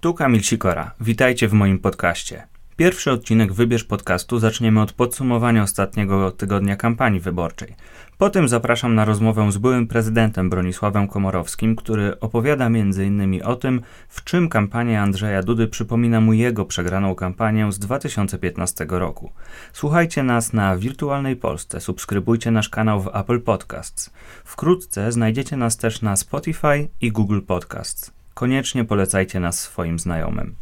Tu Kamil Sikora. Witajcie w moim podcaście. Pierwszy odcinek Wybierz podcastu zaczniemy od podsumowania ostatniego tygodnia kampanii wyborczej. Potem zapraszam na rozmowę z byłym prezydentem Bronisławem Komorowskim, który opowiada m.in. o tym, w czym kampania Andrzeja Dudy przypomina mu jego przegraną kampanię z 2015 roku. Słuchajcie nas na Wirtualnej Polsce, subskrybujcie nasz kanał w Apple Podcasts. Wkrótce znajdziecie nas też na Spotify i Google Podcasts. Koniecznie polecajcie nas swoim znajomym.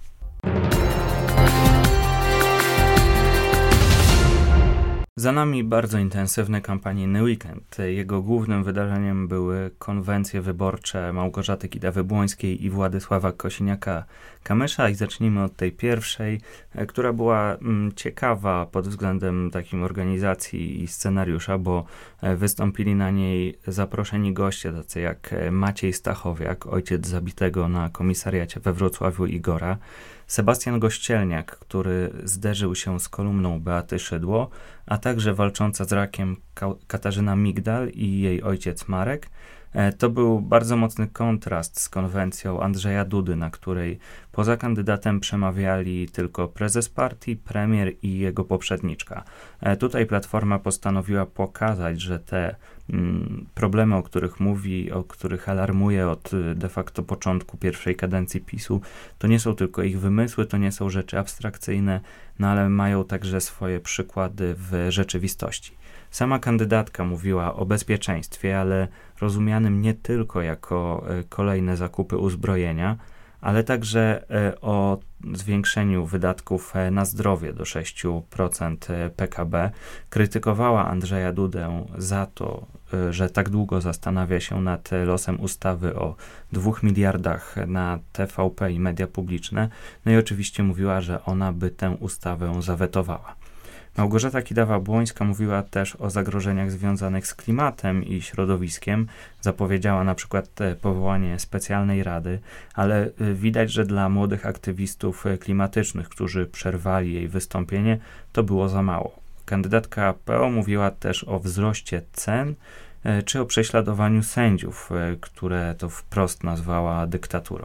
Za nami bardzo intensywny kampanijny weekend. Jego głównym wydarzeniem były konwencje wyborcze Małgorzaty Kidawy-Błońskiej i Władysława Kosiniaka-Kamysza i zacznijmy od tej pierwszej, która była ciekawa pod względem takim organizacji i scenariusza, bo wystąpili na niej zaproszeni goście, tacy jak Maciej Stachowiak, ojciec zabitego na komisariacie we Wrocławiu Igora, Sebastian Gościelniak, który zderzył się z kolumną Beaty Szydło, a także walcząca z rakiem Katarzyna Migdal i jej ojciec Marek. To był bardzo mocny kontrast z konwencją Andrzeja Dudy, na której poza kandydatem przemawiali tylko prezes partii, premier i jego poprzedniczka. Tutaj Platforma postanowiła pokazać, że te problemy, o których mówi, o których alarmuje od de facto początku pierwszej kadencji PiS-u, to nie są tylko ich wymysły, to nie są rzeczy abstrakcyjne, no ale mają także swoje przykłady w rzeczywistości. Sama kandydatka mówiła o bezpieczeństwie, ale rozumianym nie tylko jako kolejne zakupy uzbrojenia, ale także o zwiększeniu wydatków na zdrowie do 6% PKB. Krytykowała Andrzeja Dudę za to, że tak długo zastanawia się nad losem ustawy o 2 miliardach na TVP i media publiczne. No i oczywiście mówiła, że ona by tę ustawę zawetowała. Małgorzata Kidawa-Błońska mówiła też o zagrożeniach związanych z klimatem i środowiskiem. Zapowiedziała na przykład powołanie specjalnej rady, ale widać, że dla młodych aktywistów klimatycznych, którzy przerwali jej wystąpienie, to było za mało. Kandydatka PO mówiła też o wzroście cen czy o prześladowaniu sędziów, które to wprost nazwała dyktaturą.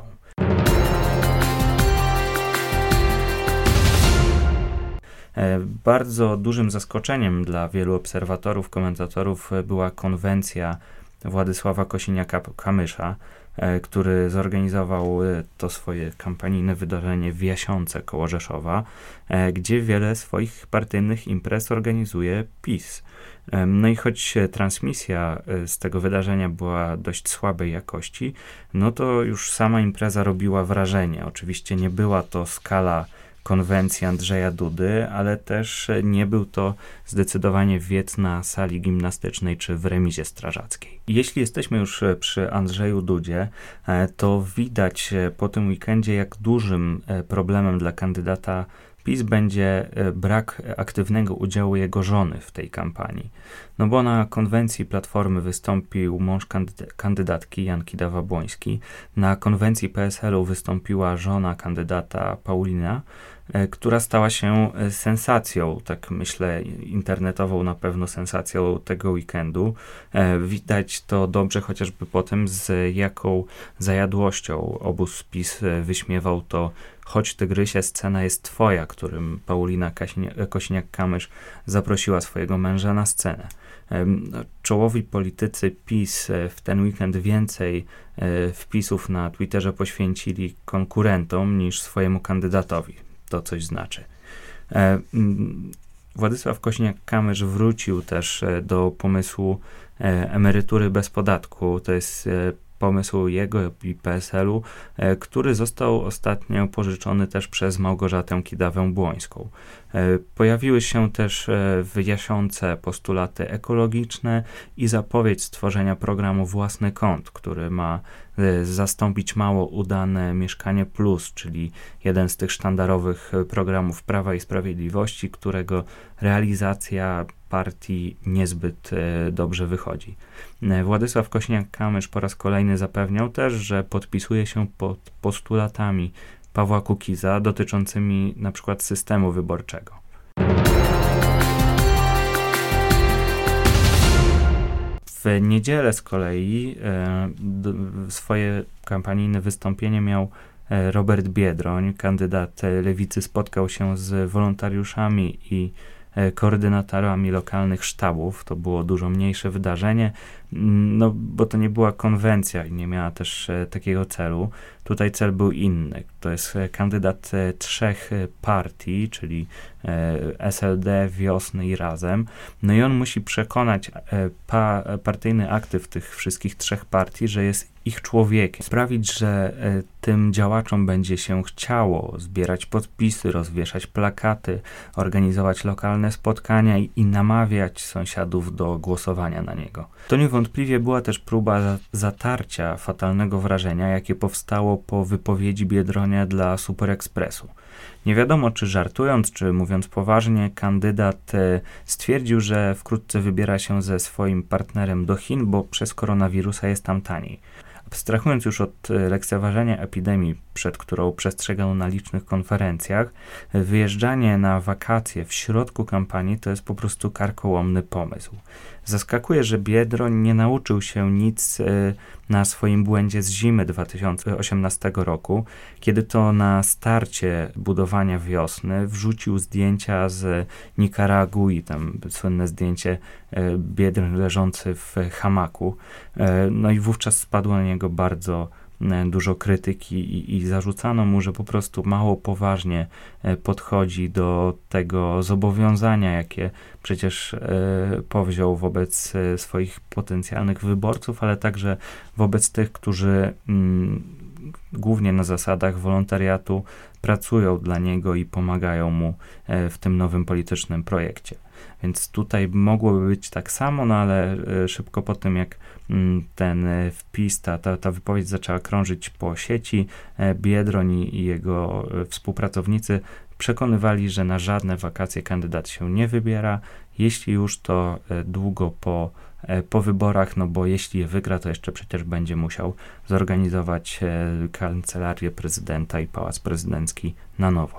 Bardzo dużym zaskoczeniem dla wielu obserwatorów, komentatorów była konwencja Władysława Kosiniaka-Kamysza, który zorganizował to swoje kampanijne wydarzenie w Jasionce koło Rzeszowa, gdzie wiele swoich partyjnych imprez organizuje PiS. No i choć transmisja z tego wydarzenia była dość słabej jakości, no to już sama impreza robiła wrażenie. Oczywiście nie była to skala konwencji Andrzeja Dudy, ale też nie był to zdecydowanie wiec na sali gimnastycznej czy w remizie strażackiej. Jeśli jesteśmy już przy Andrzeju Dudzie, to widać po tym weekendzie, jak dużym problemem dla kandydata PiS będzie brak aktywnego udziału jego żony w tej kampanii. No bo na konwencji Platformy wystąpił mąż kandydatki Jan Kidawa-Błoński, na konwencji PSL-u wystąpiła żona kandydata Paulina, która stała się sensacją, tak myślę, internetową na pewno sensacją tego weekendu. Widać to dobrze chociażby po tym, z jaką zajadłością obóz PiS wyśmiewał to "Chodź tygrysie, scena jest twoja", którym Paulina Kosiniak-Kamysz zaprosiła swojego męża na scenę. Czołowi politycy PiS w ten weekend więcej wpisów na Twitterze poświęcili konkurentom niż swojemu kandydatowi. To coś znaczy. Władysław Kosiniak-Kamysz wrócił też do pomysłu emerytury bez podatku. To jest pomysł jego i PSL-u, który został ostatnio pożyczony też przez Małgorzatę Kidawę-Błońską. Pojawiły się też w Jasionce postulaty ekologiczne i zapowiedź stworzenia programu Własny Kąt, który ma zastąpić mało udane Mieszkanie Plus, czyli jeden z tych sztandarowych programów Prawa i Sprawiedliwości, którego realizacja partii niezbyt dobrze wychodzi. Władysław Kosiniak-Kamysz po raz kolejny zapewniał też, że podpisuje się pod postulatami Pawła Kukiza dotyczącymi na przykład systemu wyborczego. W niedzielę z kolei swoje kampanijne wystąpienie miał Robert Biedroń, kandydat Lewicy, spotkał się z wolontariuszami i koordynatorami lokalnych sztabów. To było dużo mniejsze wydarzenie, no bo to nie była konwencja i nie miała też takiego celu. Tutaj cel był inny. To jest kandydat 3 partii, czyli SLD, Wiosny i Razem. No i on musi przekonać partyjny aktyw tych wszystkich 3 partii, że jest ich człowiekiem. Sprawić, że tym działaczom będzie się chciało zbierać podpisy, rozwieszać plakaty, organizować lokalne spotkania i namawiać sąsiadów do głosowania na niego. To niewątpliwie była też próba zatarcia fatalnego wrażenia, jakie powstało po wypowiedzi Biedronia dla Super Expressu. Nie wiadomo, czy żartując, czy mówiąc poważnie, kandydat stwierdził, że wkrótce wybiera się ze swoim partnerem do Chin, bo przez koronawirusa jest tam taniej. Abstrahując już od lekceważenia epidemii, przed którą przestrzegał na licznych konferencjach, wyjeżdżanie na wakacje w środku kampanii to jest po prostu karkołomny pomysł. Zaskakuje, że Biedroń nie nauczył się nic na swoim błędzie z zimy 2018 roku, kiedy to na starcie budowania Wiosny wrzucił zdjęcia z Nikaragui, tam słynne zdjęcie Biedroń leżący w hamaku. No i wówczas spadło na niego bardzo dużo krytyki i zarzucano mu, że po prostu mało poważnie podchodzi do tego zobowiązania, jakie przecież powziął wobec swoich potencjalnych wyborców, ale także wobec tych, którzy głównie na zasadach wolontariatu pracują dla niego i pomagają mu w tym nowym politycznym projekcie. Więc tutaj mogłoby być tak samo, no ale szybko po tym, jak ten wpis, ta wypowiedź zaczęła krążyć po sieci, Biedroń i jego współpracownicy przekonywali, że na żadne wakacje kandydat się nie wybiera, jeśli już to długo po wyborach, no bo jeśli je wygra, to jeszcze przecież będzie musiał zorganizować kancelarię prezydenta i pałac prezydencki na nowo.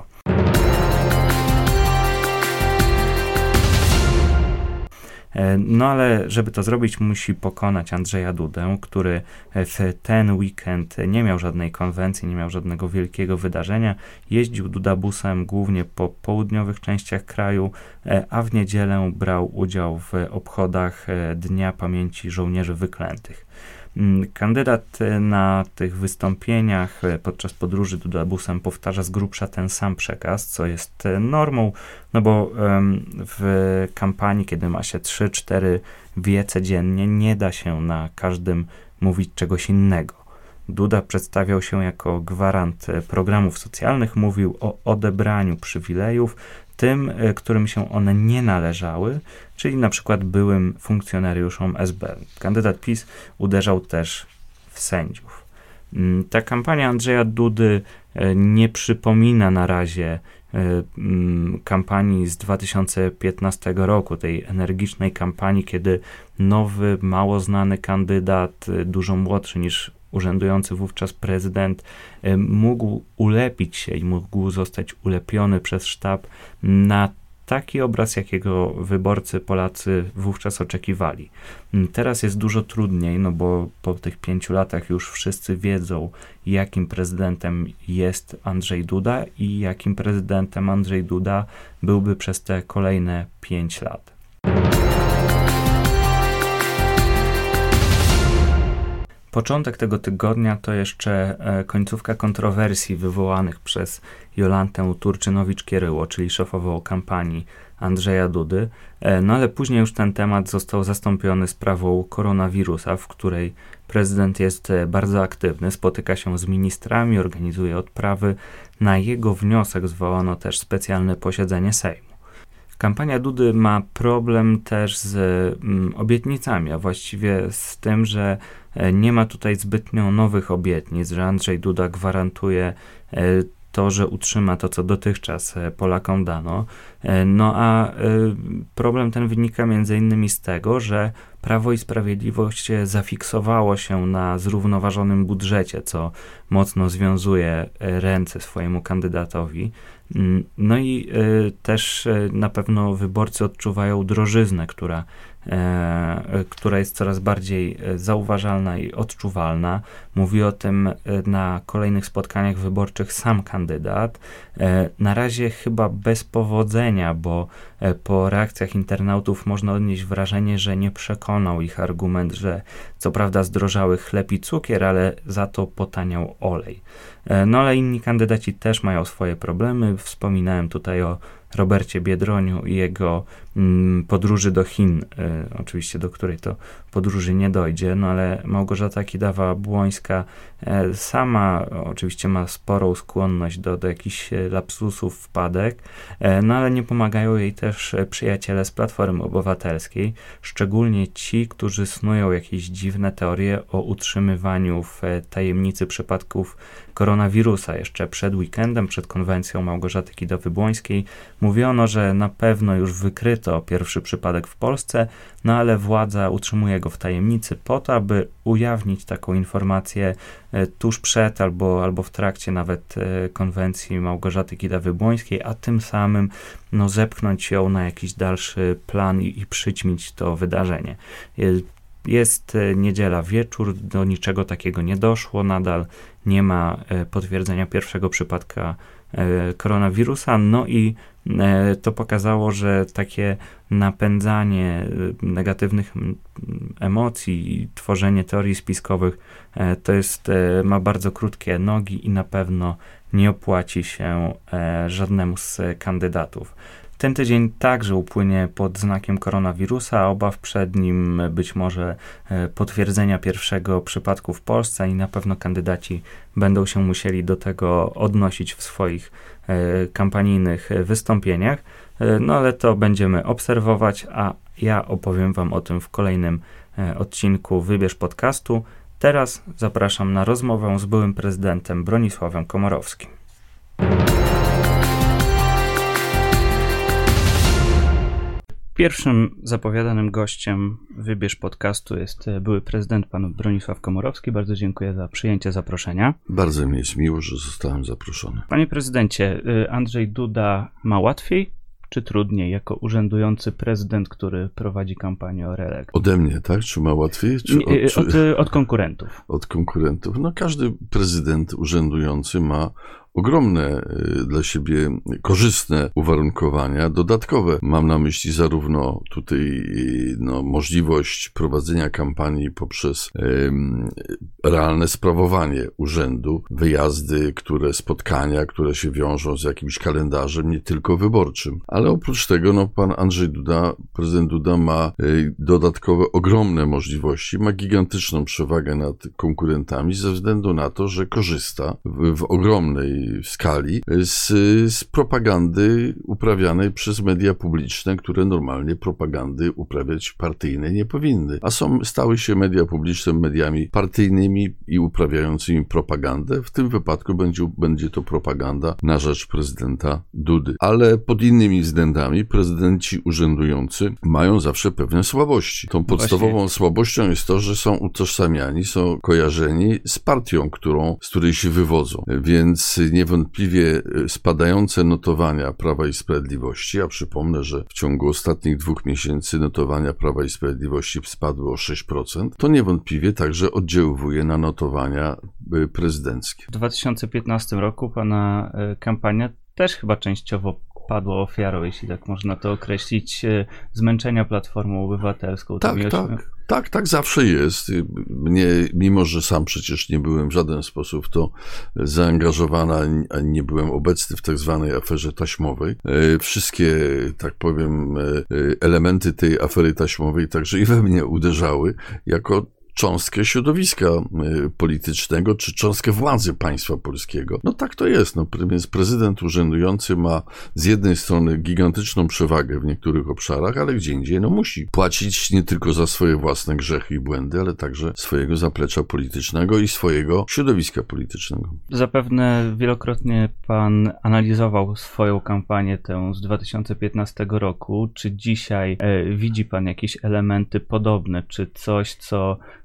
No ale żeby to zrobić, musi pokonać Andrzeja Dudę, który w ten weekend nie miał żadnej konwencji, nie miał żadnego wielkiego wydarzenia. Jeździł Duda busem głównie po południowych częściach kraju, a w niedzielę brał udział w obchodach Dnia Pamięci Żołnierzy Wyklętych. Kandydat na tych wystąpieniach podczas podróży Duda busem powtarza z grubsza ten sam przekaz, co jest normą, no bo w kampanii, kiedy ma się 3-4 wiece dziennie, nie da się na każdym mówić czegoś innego. Duda przedstawiał się jako gwarant programów socjalnych, mówił o odebraniu przywilejów tym, którym się one nie należały, czyli na przykład byłym funkcjonariuszom SB. Kandydat PiS uderzał też w sędziów. Ta kampania Andrzeja Dudy nie przypomina na razie kampanii z 2015 roku, tej energicznej kampanii, kiedy nowy, mało znany kandydat, dużo młodszy niż urzędujący wówczas prezydent, mógł ulepić się i mógł zostać ulepiony przez sztab na taki obraz, jakiego wyborcy Polacy wówczas oczekiwali. Teraz jest dużo trudniej, no bo po tych 5 latach już wszyscy wiedzą, jakim prezydentem jest Andrzej Duda i jakim prezydentem Andrzej Duda byłby przez te kolejne 5 lat. Początek tego tygodnia to jeszcze końcówka kontrowersji wywołanych przez Jolantę Turczynowicz-Kieryło, czyli szefową kampanii Andrzeja Dudy. No ale później już ten temat został zastąpiony sprawą koronawirusa, w której prezydent jest bardzo aktywny, spotyka się z ministrami, organizuje odprawy. Na jego wniosek zwołano też specjalne posiedzenie Sejmu. Kampania Dudy ma problem też z obietnicami, a właściwie z tym, że nie ma tutaj zbytnio nowych obietnic, że Andrzej Duda gwarantuje to, że utrzyma to, co dotychczas Polakom dano. No a problem ten wynika między innymi z tego, że Prawo i Sprawiedliwość zafiksowało się na zrównoważonym budżecie, co mocno związuje ręce swojemu kandydatowi. No i też na pewno wyborcy odczuwają drożyznę, która która jest coraz bardziej zauważalna i odczuwalna. Mówi o tym na kolejnych spotkaniach wyborczych sam kandydat. Na razie chyba bez powodzenia, bo po reakcjach internautów można odnieść wrażenie, że nie przekonał ich argument, że co prawda zdrożały chleb i cukier, ale za to potaniał olej. No ale inni kandydaci też mają swoje problemy. Wspominałem tutaj o Robercie Biedroniu i jego podróży do Chin, oczywiście do której to podróży nie dojdzie, no ale Małgorzata Kidawa-Błońska sama oczywiście ma sporą skłonność do jakichś lapsusów, wpadek, no ale nie pomagają jej też przyjaciele z Platformy Obywatelskiej, szczególnie ci, którzy snują jakieś dziwne teorie o utrzymywaniu w tajemnicy przypadków koronawirusa. Jeszcze przed weekendem, przed konwencją Małgorzaty Kidawy-Błońskiej mówiono, że na pewno już wykryto pierwszy przypadek w Polsce, no ale władza utrzymuje go w tajemnicy po to, aby ujawnić taką informację tuż przed albo w trakcie nawet konwencji Małgorzaty Kidawy-Błońskiej, a tym samym zepchnąć ją na jakiś dalszy plan i przyćmić to wydarzenie. Jest niedziela wieczór, do niczego takiego nie doszło, nadal nie ma potwierdzenia pierwszego przypadka koronawirusa, no i to pokazało, że takie napędzanie negatywnych emocji i tworzenie teorii spiskowych ma bardzo krótkie nogi i na pewno nie opłaci się żadnemu z kandydatów. Ten tydzień także upłynie pod znakiem koronawirusa, obaw przed nim być może potwierdzenia pierwszego przypadku w Polsce i na pewno kandydaci będą się musieli do tego odnosić w swoich kampanijnych wystąpieniach, no ale to będziemy obserwować, a ja opowiem Wam o tym w kolejnym odcinku Wybierz Podcastu. Teraz zapraszam na rozmowę z byłym prezydentem Bronisławem Komorowskim. Pierwszym zapowiadanym gościem Wybierz Podcastu jest były prezydent pan Bronisław Komorowski. Bardzo dziękuję za przyjęcie zaproszenia. Bardzo mi jest miło, że zostałem zaproszony. Panie prezydencie, Andrzej Duda ma łatwiej czy trudniej jako urzędujący prezydent, który prowadzi kampanię o reelekcję? Ode mnie, tak? Czy ma łatwiej? Od konkurentów. Od konkurentów. Każdy prezydent urzędujący ma ogromne dla siebie korzystne uwarunkowania dodatkowe. Mam na myśli zarówno tutaj możliwość prowadzenia kampanii poprzez realne sprawowanie urzędu, wyjazdy, spotkania, które się wiążą z jakimś kalendarzem, nie tylko wyborczym. Ale oprócz tego pan Andrzej Duda, prezydent Duda ma dodatkowe ogromne możliwości, ma gigantyczną przewagę nad konkurentami ze względu na to, że korzysta w ogromnej skali z propagandy uprawianej przez media publiczne, które normalnie propagandy uprawiać partyjne nie powinny. A stały się media publiczne mediami partyjnymi i uprawiającymi propagandę. W tym wypadku będzie to propaganda na rzecz prezydenta Dudy. Ale pod innymi względami prezydenci urzędujący mają zawsze pewne słabości. Tą podstawową słabością jest to, że są utożsamiani, są kojarzeni z partią, z której się wywodzą. Więc niewątpliwie spadające notowania Prawa i Sprawiedliwości, a przypomnę, że w ciągu ostatnich 2 miesięcy notowania Prawa i Sprawiedliwości spadły o 6%, to niewątpliwie także oddziaływuje na notowania prezydenckie. W 2015 roku pana kampania też chyba częściowo padła ofiarą, jeśli tak można to określić, zmęczenia Platformą Obywatelską. Tak zawsze jest. Mimo że sam przecież nie byłem w żaden sposób w to zaangażowany, ani nie byłem obecny w tak zwanej aferze taśmowej. Wszystkie, tak powiem, elementy tej afery taśmowej także i we mnie uderzały jako cząstkę środowiska politycznego, czy cząstkę władzy państwa polskiego. Tak to jest. Więc prezydent urzędujący ma z jednej strony gigantyczną przewagę w niektórych obszarach, ale gdzie indziej musi płacić nie tylko za swoje własne grzechy i błędy, ale także swojego zaplecza politycznego i swojego środowiska politycznego. Zapewne wielokrotnie pan analizował swoją kampanię tę z 2015 roku. Czy dzisiaj widzi pan jakieś elementy podobne, czy coś, co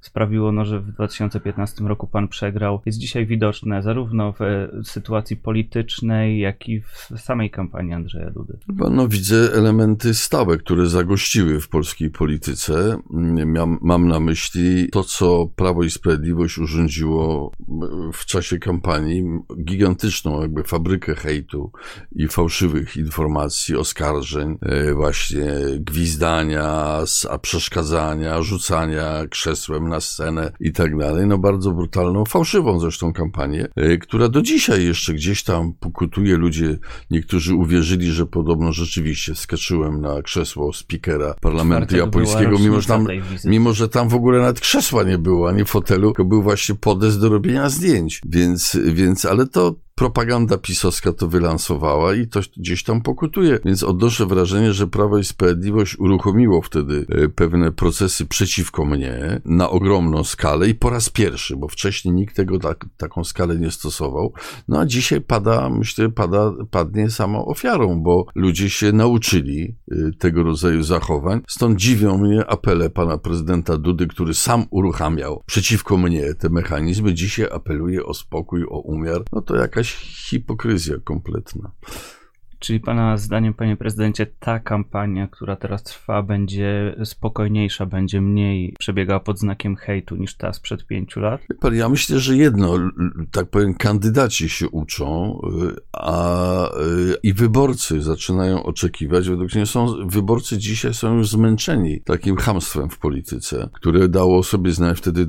sprawiło, że w 2015 roku pan przegrał, jest dzisiaj widoczne zarówno w sytuacji politycznej, jak i w samej kampanii Andrzeja Dudy? No, widzę elementy stałe, które zagościły w polskiej polityce. Mam na myśli to, co Prawo i Sprawiedliwość urządziło w czasie kampanii, gigantyczną jakby fabrykę hejtu i fałszywych informacji, oskarżeń, właśnie gwizdania, przeszkadzania, rzucania krzesłem na scenę i tak dalej. No bardzo brutalną, fałszywą zresztą kampanię, która do dzisiaj jeszcze gdzieś tam pokutuje. Ludzie, niektórzy uwierzyli, że podobno rzeczywiście wskoczyłem na krzesło spikera parlamentu japońskiego, mimo że tam w ogóle nawet krzesła nie było, ani fotelu, tylko był właśnie podest do robienia zdjęć. Więc ale to propaganda pisowska to wylansowała i to gdzieś tam pokutuje. Więc odnoszę wrażenie, że Prawo i Sprawiedliwość uruchomiło wtedy pewne procesy przeciwko mnie na ogromną skalę i po raz pierwszy, bo wcześniej nikt tego taką skalę nie stosował. No a dzisiaj padnie samą ofiarą, bo ludzie się nauczyli tego rodzaju zachowań. Stąd dziwią mnie apele pana prezydenta Dudy, który sam uruchamiał przeciwko mnie te mechanizmy. Dzisiaj apeluje o spokój, o umiar. No to jakaś hipokryzja kompletna. Czyli pana zdaniem, panie prezydencie, ta kampania, która teraz trwa, będzie spokojniejsza, będzie mniej przebiegała pod znakiem hejtu niż ta sprzed 5 lat? Ja myślę, że tak powiem, kandydaci się uczą, i wyborcy zaczynają oczekiwać. Według mnie wyborcy dzisiaj są już zmęczeni takim chamstwem w polityce, które dało sobie znać wtedy w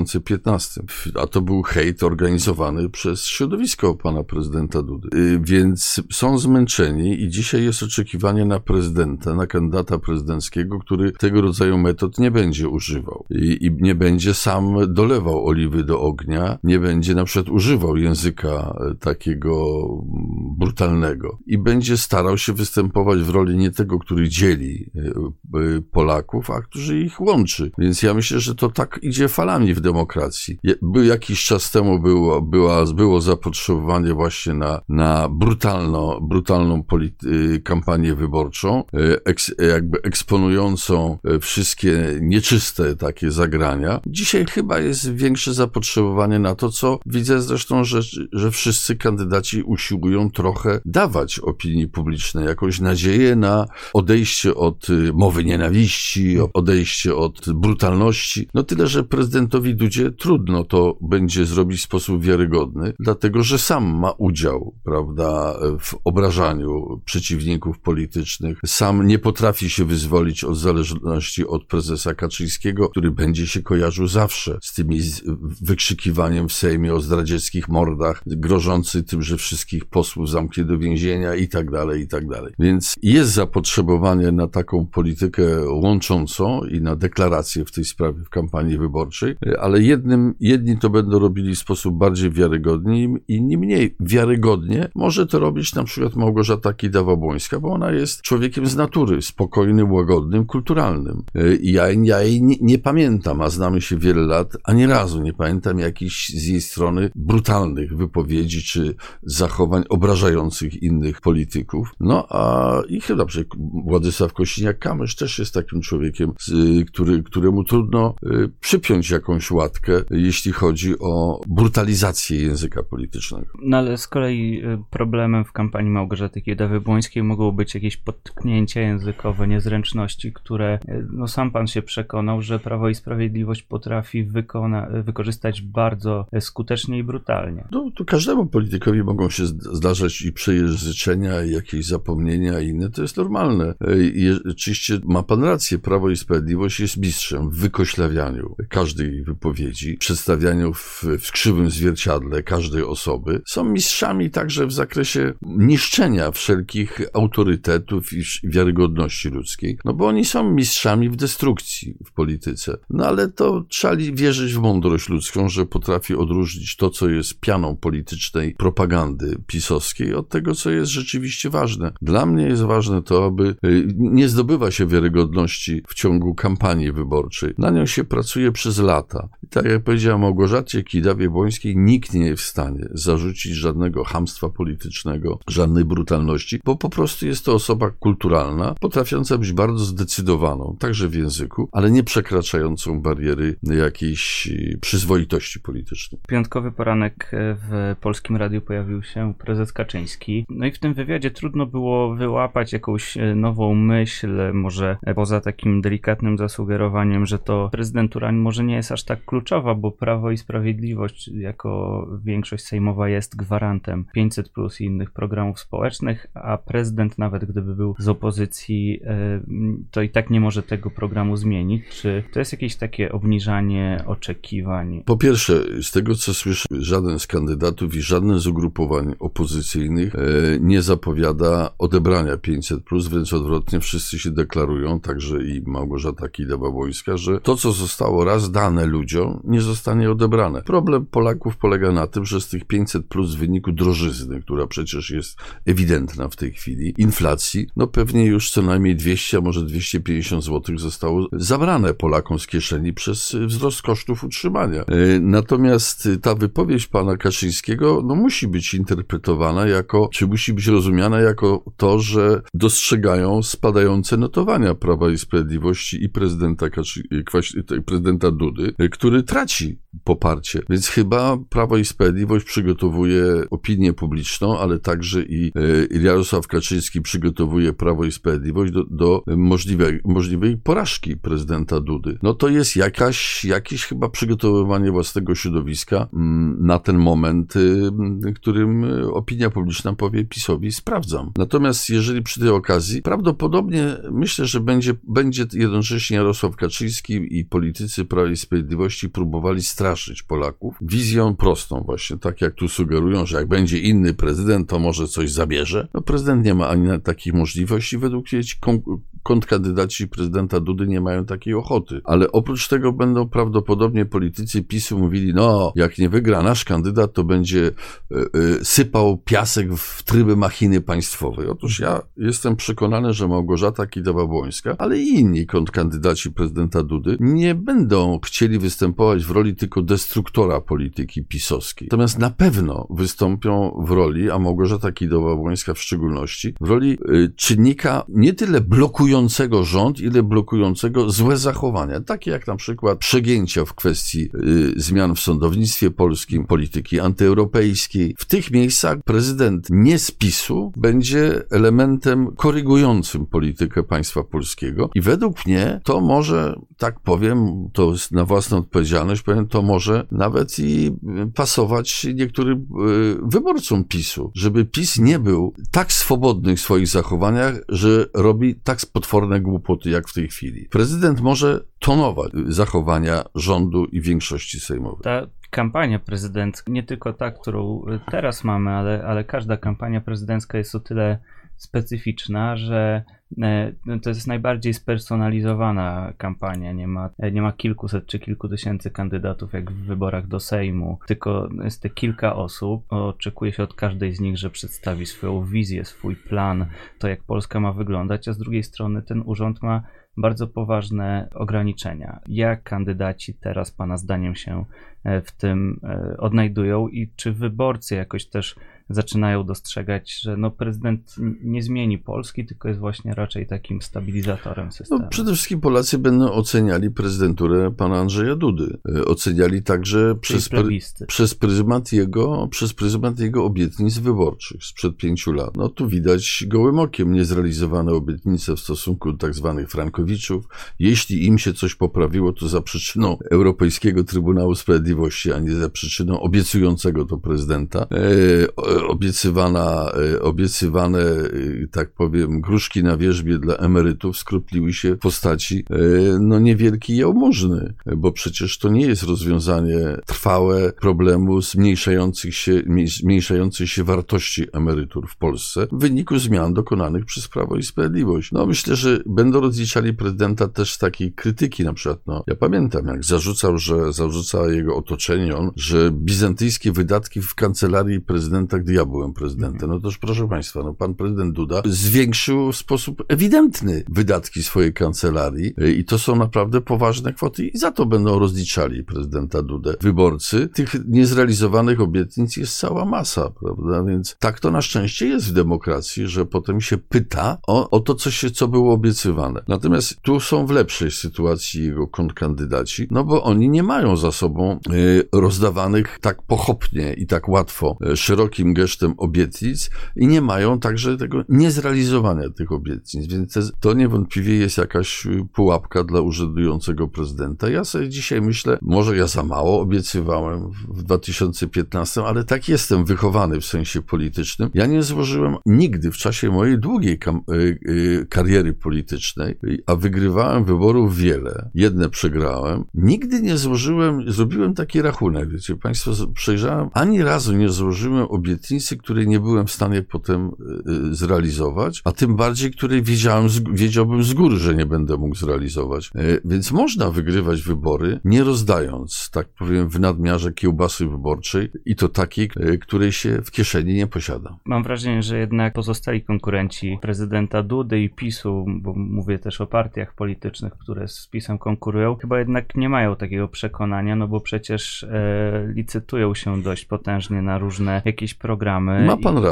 2015. A to był hejt organizowany przez środowisko pana prezydenta Dudy. Więc są zmęczeni i dzisiaj jest oczekiwanie na prezydenta, na kandydata prezydenckiego, który tego rodzaju metod nie będzie używał i nie będzie sam dolewał oliwy do ognia, nie będzie na przykład używał języka takiego brutalnego i będzie starał się występować w roli nie tego, który dzieli Polaków, a który ich łączy. Więc ja myślę, że to tak idzie falami w demokracji. Jakiś czas temu było zapotrzebowanie właśnie na brutalną kampanię wyborczą, jakby eksponującą wszystkie nieczyste takie zagrania. Dzisiaj chyba jest większe zapotrzebowanie na to, co widzę zresztą, że wszyscy kandydaci usiłują trochę dawać opinii publicznej jakąś nadzieję na odejście od mowy nienawiści, odejście od brutalności. No tyle, że prezydentowi Dudzie trudno to będzie zrobić w sposób wiarygodny, dlatego, że sam ma udział, prawda, w obrażaniu przeciwników politycznych. Sam nie potrafi się wyzwolić od zależności od prezesa Kaczyńskiego, który będzie się kojarzył zawsze z tymi wykrzykiwaniem w Sejmie o zdradzieckich mordach, grożący tym, że wszystkich posłów zamknie do więzienia i tak dalej, i tak dalej. Więc jest zapotrzebowanie na taką politykę łączącą i na deklaracje w tej sprawie w kampanii wyborczej, ale jedni to będą robili w sposób bardziej wiarygodny, inni mniej wiarygodnie. Może to robić na przykład Małgorzata Kidawa-Błońska, bo ona jest człowiekiem z natury, spokojnym, łagodnym, kulturalnym. I ja jej nie pamiętam, a znamy się wiele lat, ani razu nie pamiętam jakichś z jej strony brutalnych wypowiedzi czy zachowań obrażających innych polityków. No i chyba Władysław Kosiniak-Kamysz też jest takim człowiekiem, któremu trudno przypiąć jakąś łatkę, jeśli chodzi o brutalizację języka politycznego. No ale z kolei problemem w kampanii Małgorzaty Kidawy-Błońskiej mogą być jakieś potknięcia językowe, niezręczności, które sam pan się przekonał, że Prawo i Sprawiedliwość potrafi wykorzystać bardzo skutecznie i brutalnie. No, to każdemu politykowi mogą się zdarzać i przejęzyczenia, i jakieś zapomnienia i inne. To jest normalne. I oczywiście ma pan rację, Prawo i Sprawiedliwość jest mistrzem w wykoślawianiu każdej wypowiedzi, przedstawianiu w krzywym zwierciadle każdej osoby. Są mistrzami także w zakresie niszczenia wszelkich autorytetów i wiarygodności ludzkiej, no bo oni są mistrzami w destrukcji w polityce. No ale to trzeba wierzyć w mądrość ludzką, że potrafi odróżnić to, co jest pianą politycznej propagandy pisowskiej od tego, co jest rzeczywiście ważne. Dla mnie jest ważne to, aby nie zdobywa się wiarygodności w ciągu kampanii wyborczej. Na nią się pracuje przez lata. I tak jak powiedziałem, Małgorzacie Kidawie-Błońskiej nikt nie jest w stanie zarzucić żadnego chamstwa politycznego, żadnej brutalności brutalności, bo po prostu jest to osoba kulturalna, potrafiąca być bardzo zdecydowaną, także w języku, ale nie przekraczającą bariery jakiejś przyzwoitości politycznej. Piątkowy poranek w Polskim Radiu pojawił się prezes Kaczyński. No i w tym wywiadzie trudno było wyłapać jakąś nową myśl, może poza takim delikatnym zasugerowaniem, że to prezydentura może nie jest aż tak kluczowa, bo Prawo i Sprawiedliwość jako większość sejmowa jest gwarantem 500+ i innych programów społecznych, a prezydent nawet gdyby był z opozycji, to i tak nie może tego programu zmienić. Czy to jest jakieś takie obniżanie oczekiwań? Po pierwsze, z tego co słyszę, żaden z kandydatów i żadne z ugrupowań opozycyjnych nie zapowiada odebrania 500+, wręcz odwrotnie, wszyscy się deklarują, także i Małgorzata Kidawa-Błońska, że to, co zostało raz dane ludziom, nie zostanie odebrane. Problem Polaków polega na tym, że z tych 500+ w wyniku drożyzny, która przecież jest ewidentna w tej chwili, inflacji, no pewnie już co najmniej 200, a może 250 zł zostało zabrane Polakom z kieszeni przez wzrost kosztów utrzymania. Natomiast ta wypowiedź pana Kaczyńskiego, no musi być interpretowana jako, czy musi być rozumiana jako to, że dostrzegają spadające notowania Prawa i Sprawiedliwości i prezydenta Dudy, który traci poparcie. Więc chyba Prawo i Sprawiedliwość przygotowuje opinię publiczną, ale także i Jarosław Kaczyński przygotowuje Prawo i Sprawiedliwość do możliwej porażki prezydenta Dudy. No to jest jakieś chyba przygotowywanie własnego środowiska na ten moment, w którym opinia publiczna powie PiS-owi sprawdzam. Natomiast jeżeli przy tej okazji, prawdopodobnie myślę, że będzie jednocześnie Jarosław Kaczyński i politycy Prawa i Sprawiedliwości próbowali straszyć Polaków wizją prostą właśnie, tak jak tu sugerują, że jak będzie inny prezydent, to może coś zabierze. No prezydent nie ma ani takich możliwości, według mnie ci kontrkandydaci prezydenta Dudy nie mają takiej ochoty. Ale oprócz tego będą prawdopodobnie politycy PiS-u mówili, no jak nie wygra nasz kandydat, to będzie sypał piasek w tryby machiny państwowej. Otóż ja jestem przekonany, że Małgorzata Kidawa-Błońska, ale i inni kontrkandydaci prezydenta Dudy nie będą chcieli występować w roli tylko destruktora polityki pisowskiej. Natomiast na pewno wystąpią w roli, a Małgorzata Kidawa-Błońska w szczególności, w roli czynnika nie tyle blokującego rząd, ile blokującego złe zachowania, takie jak na przykład przegięcia w kwestii zmian w sądownictwie polskim, polityki antyeuropejskiej. W tych miejscach prezydent nie z PiS-u będzie elementem korygującym politykę państwa polskiego i według mnie to może, tak powiem, to jest na własną odpowiedzialność, powiem, to może nawet i pasować niektórym wyborcom PiS-u, żeby PiS nie był tak swobodny w swoich zachowaniach, że robi tak potworne głupoty jak w tej chwili. Prezydent może tonować zachowania rządu i większości sejmowej. Ta kampania prezydencka, nie tylko ta, którą teraz mamy, ale każda kampania prezydencka jest o tyle specyficzna, że to jest najbardziej spersonalizowana kampania. Nie ma kilkuset czy kilku tysięcy kandydatów jak w wyborach do Sejmu, tylko jest te kilka osób. Oczekuje się od każdej z nich, że przedstawi swoją wizję, swój plan, to jak Polska ma wyglądać, a z drugiej strony ten urząd ma bardzo poważne ograniczenia. Jak kandydaci teraz pana zdaniem się w tym odnajdują i czy wyborcy jakoś też zaczynają dostrzegać, że no prezydent nie zmieni Polski, tylko jest właśnie raczej takim stabilizatorem systemu? No, przede wszystkim Polacy będą oceniali prezydenturę pana Andrzeja Dudy. Oceniali także przez pryzmat jego obietnic wyborczych sprzed 5 lat. No tu widać gołym okiem niezrealizowane obietnice w stosunku do tak zwanych frankowiczów. Jeśli im się coś poprawiło, to za przyczyną Europejskiego Trybunału Sprawiedliwości, a nie za przyczyną obiecującego to prezydenta. Obiecywane, tak powiem, gruszki na wierzbie dla emerytów skropliły się w postaci niewielkiej jałmużny, bo przecież to nie jest rozwiązanie trwałe problemu zmniejszającej się wartości emerytur w Polsce w wyniku zmian dokonanych przez Prawo i Sprawiedliwość. No myślę, że będą rozliczali kancelarii prezydenta też takiej krytyki, na przykład, ja pamiętam, jak zarzuca jego otoczenie że bizantyjskie wydatki w kancelarii prezydenta, gdy ja byłem prezydentem. No toż proszę państwa, pan prezydent Duda zwiększył w sposób ewidentny wydatki swojej kancelarii i to są naprawdę poważne kwoty i za to będą rozliczali prezydenta Dudę wyborcy. Tych niezrealizowanych obietnic jest cała masa, prawda? Więc tak to na szczęście jest w demokracji, że potem się pyta o to, co było obiecywane. Natomiast tu są w lepszej sytuacji jego kontrkandydaci, bo oni nie mają za sobą rozdawanych tak pochopnie i tak łatwo szerokim gesztem obietnic i nie mają także tego niezrealizowania tych obietnic, więc to niewątpliwie jest jakaś pułapka dla urzędującego prezydenta. Ja sobie dzisiaj myślę, może ja za mało obiecywałem w 2015, ale tak jestem wychowany w sensie politycznym. Ja nie złożyłem nigdy w czasie mojej długiej kariery politycznej, a wygrywałem wyborów wiele, jedne przegrałem, nigdy nie zrobiłem taki rachunek, wiecie państwo, przejrzałem, ani razu nie złożyłem obietnicy, której nie byłem w stanie potem zrealizować, a tym bardziej, której wiedziałbym z góry, że nie będę mógł zrealizować. Więc można wygrywać wybory, nie rozdając, tak powiem, w nadmiarze kiełbasy wyborczej i to takiej, której się w kieszeni nie posiada. Mam wrażenie, że jednak pozostali konkurenci prezydenta Dudy i PiS-u, bo mówię też o partiach politycznych, które z PiS-em konkurują, chyba jednak nie mają takiego przekonania, bo przecież licytują się dość potężnie na różne jakieś programy.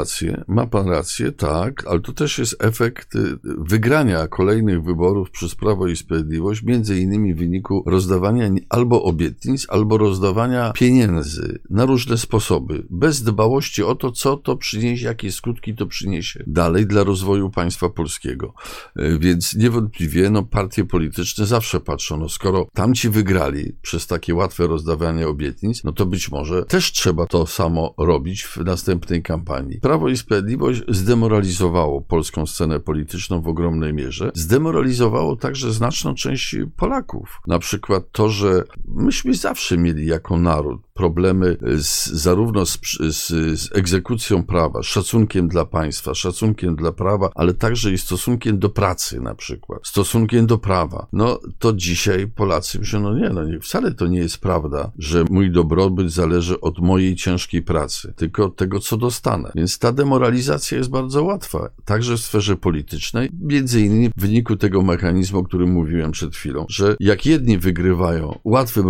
Ma pan rację, tak, ale to też jest efekt wygrania kolejnych wyborów przez Prawo i Sprawiedliwość, między innymi w wyniku rozdawania albo obietnic, albo rozdawania pieniędzy na różne sposoby, bez dbałości o to, co to przyniesie, jakie skutki to przyniesie dalej dla rozwoju państwa polskiego. Więc niewątpliwie, partie polityczne zawsze patrzą, skoro tamci wygrali przez takie łatwe rozdawanie obietnic, to być może też trzeba to samo robić w następnej kampanii. Prawo i Sprawiedliwość zdemoralizowało polską scenę polityczną w ogromnej mierze. Zdemoralizowało także znaczną część Polaków. Na przykład to, że myśmy zawsze mieli jako naród problemy zarówno z egzekucją prawa, szacunkiem dla państwa, szacunkiem dla prawa, ale także i stosunkiem do pracy na przykład, stosunkiem do prawa. To dzisiaj Polacy myślą, nie, wcale to nie jest prawda, że mój dobrobyt zależy od mojej ciężkiej pracy, tylko od tego, co dostanę. Więc ta demoralizacja jest bardzo łatwa, także w sferze politycznej, między innymi w wyniku tego mechanizmu, o którym mówiłem przed chwilą, że jak jedni wygrywają łatwym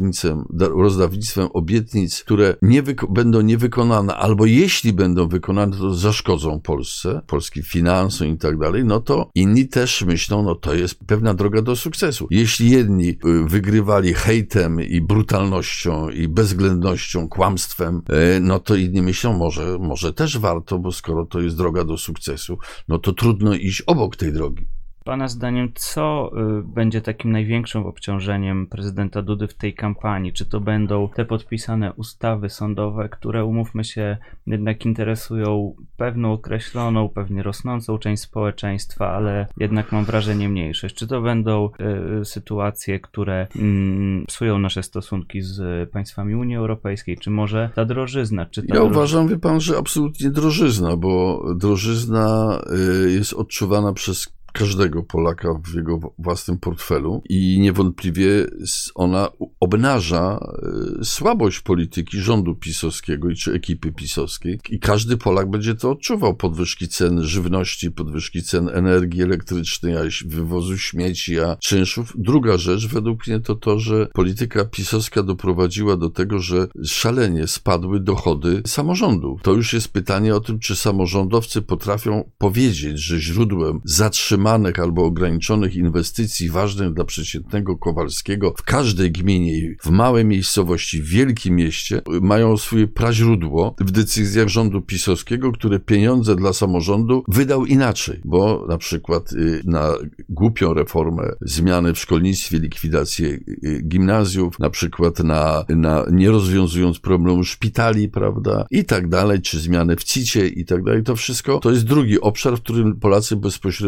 rozdawnictwem obietnic, które będą niewykonane, albo jeśli będą wykonane, to zaszkodzą Polsce, polskim finansom i tak dalej, to inni też myślą, to jest pewna droga do sukcesu. Jeśli jedni wygrywali hejtem i brutalnością i bezwzględnością, kłamstwem, to inni myślą, może też warto, bo skoro to jest droga do sukcesu, to trudno iść obok tej drogi. Pana zdaniem, co będzie takim największym obciążeniem prezydenta Dudy w tej kampanii? Czy to będą te podpisane ustawy sądowe, które, umówmy się, jednak interesują pewną określoną, pewnie rosnącą część społeczeństwa, ale jednak mam wrażenie mniejszość? Czy to będą sytuacje, które psują nasze stosunki z państwami Unii Europejskiej? Czy może ta drożyzna? Uważam, wie pan, że absolutnie drożyzna, bo drożyzna jest odczuwana przez każdego Polaka w jego własnym portfelu i niewątpliwie ona obnaża słabość polityki rządu pisowskiego czy ekipy pisowskiej i każdy Polak będzie to odczuwał. Podwyżki cen żywności, podwyżki cen energii elektrycznej, wywozu śmieci, czynszów. Druga rzecz według mnie to, że polityka pisowska doprowadziła do tego, że szalenie spadły dochody samorządów. To już jest pytanie o tym, czy samorządowcy potrafią powiedzieć, że źródłem zatrzymanych albo ograniczonych inwestycji ważnych dla przeciętnego Kowalskiego w każdej gminie, w małej miejscowości, w wielkim mieście mają swoje praźródło w decyzjach rządu pisowskiego, które pieniądze dla samorządu wydał inaczej, bo na przykład na głupią reformę, zmiany w szkolnictwie, likwidację gimnazjów, na przykład na nie rozwiązując problemu szpitali, prawda, i tak dalej, czy zmiany w CIT-cie i tak dalej, to wszystko to jest drugi obszar, w którym Polacy bezpośrednio odczuwają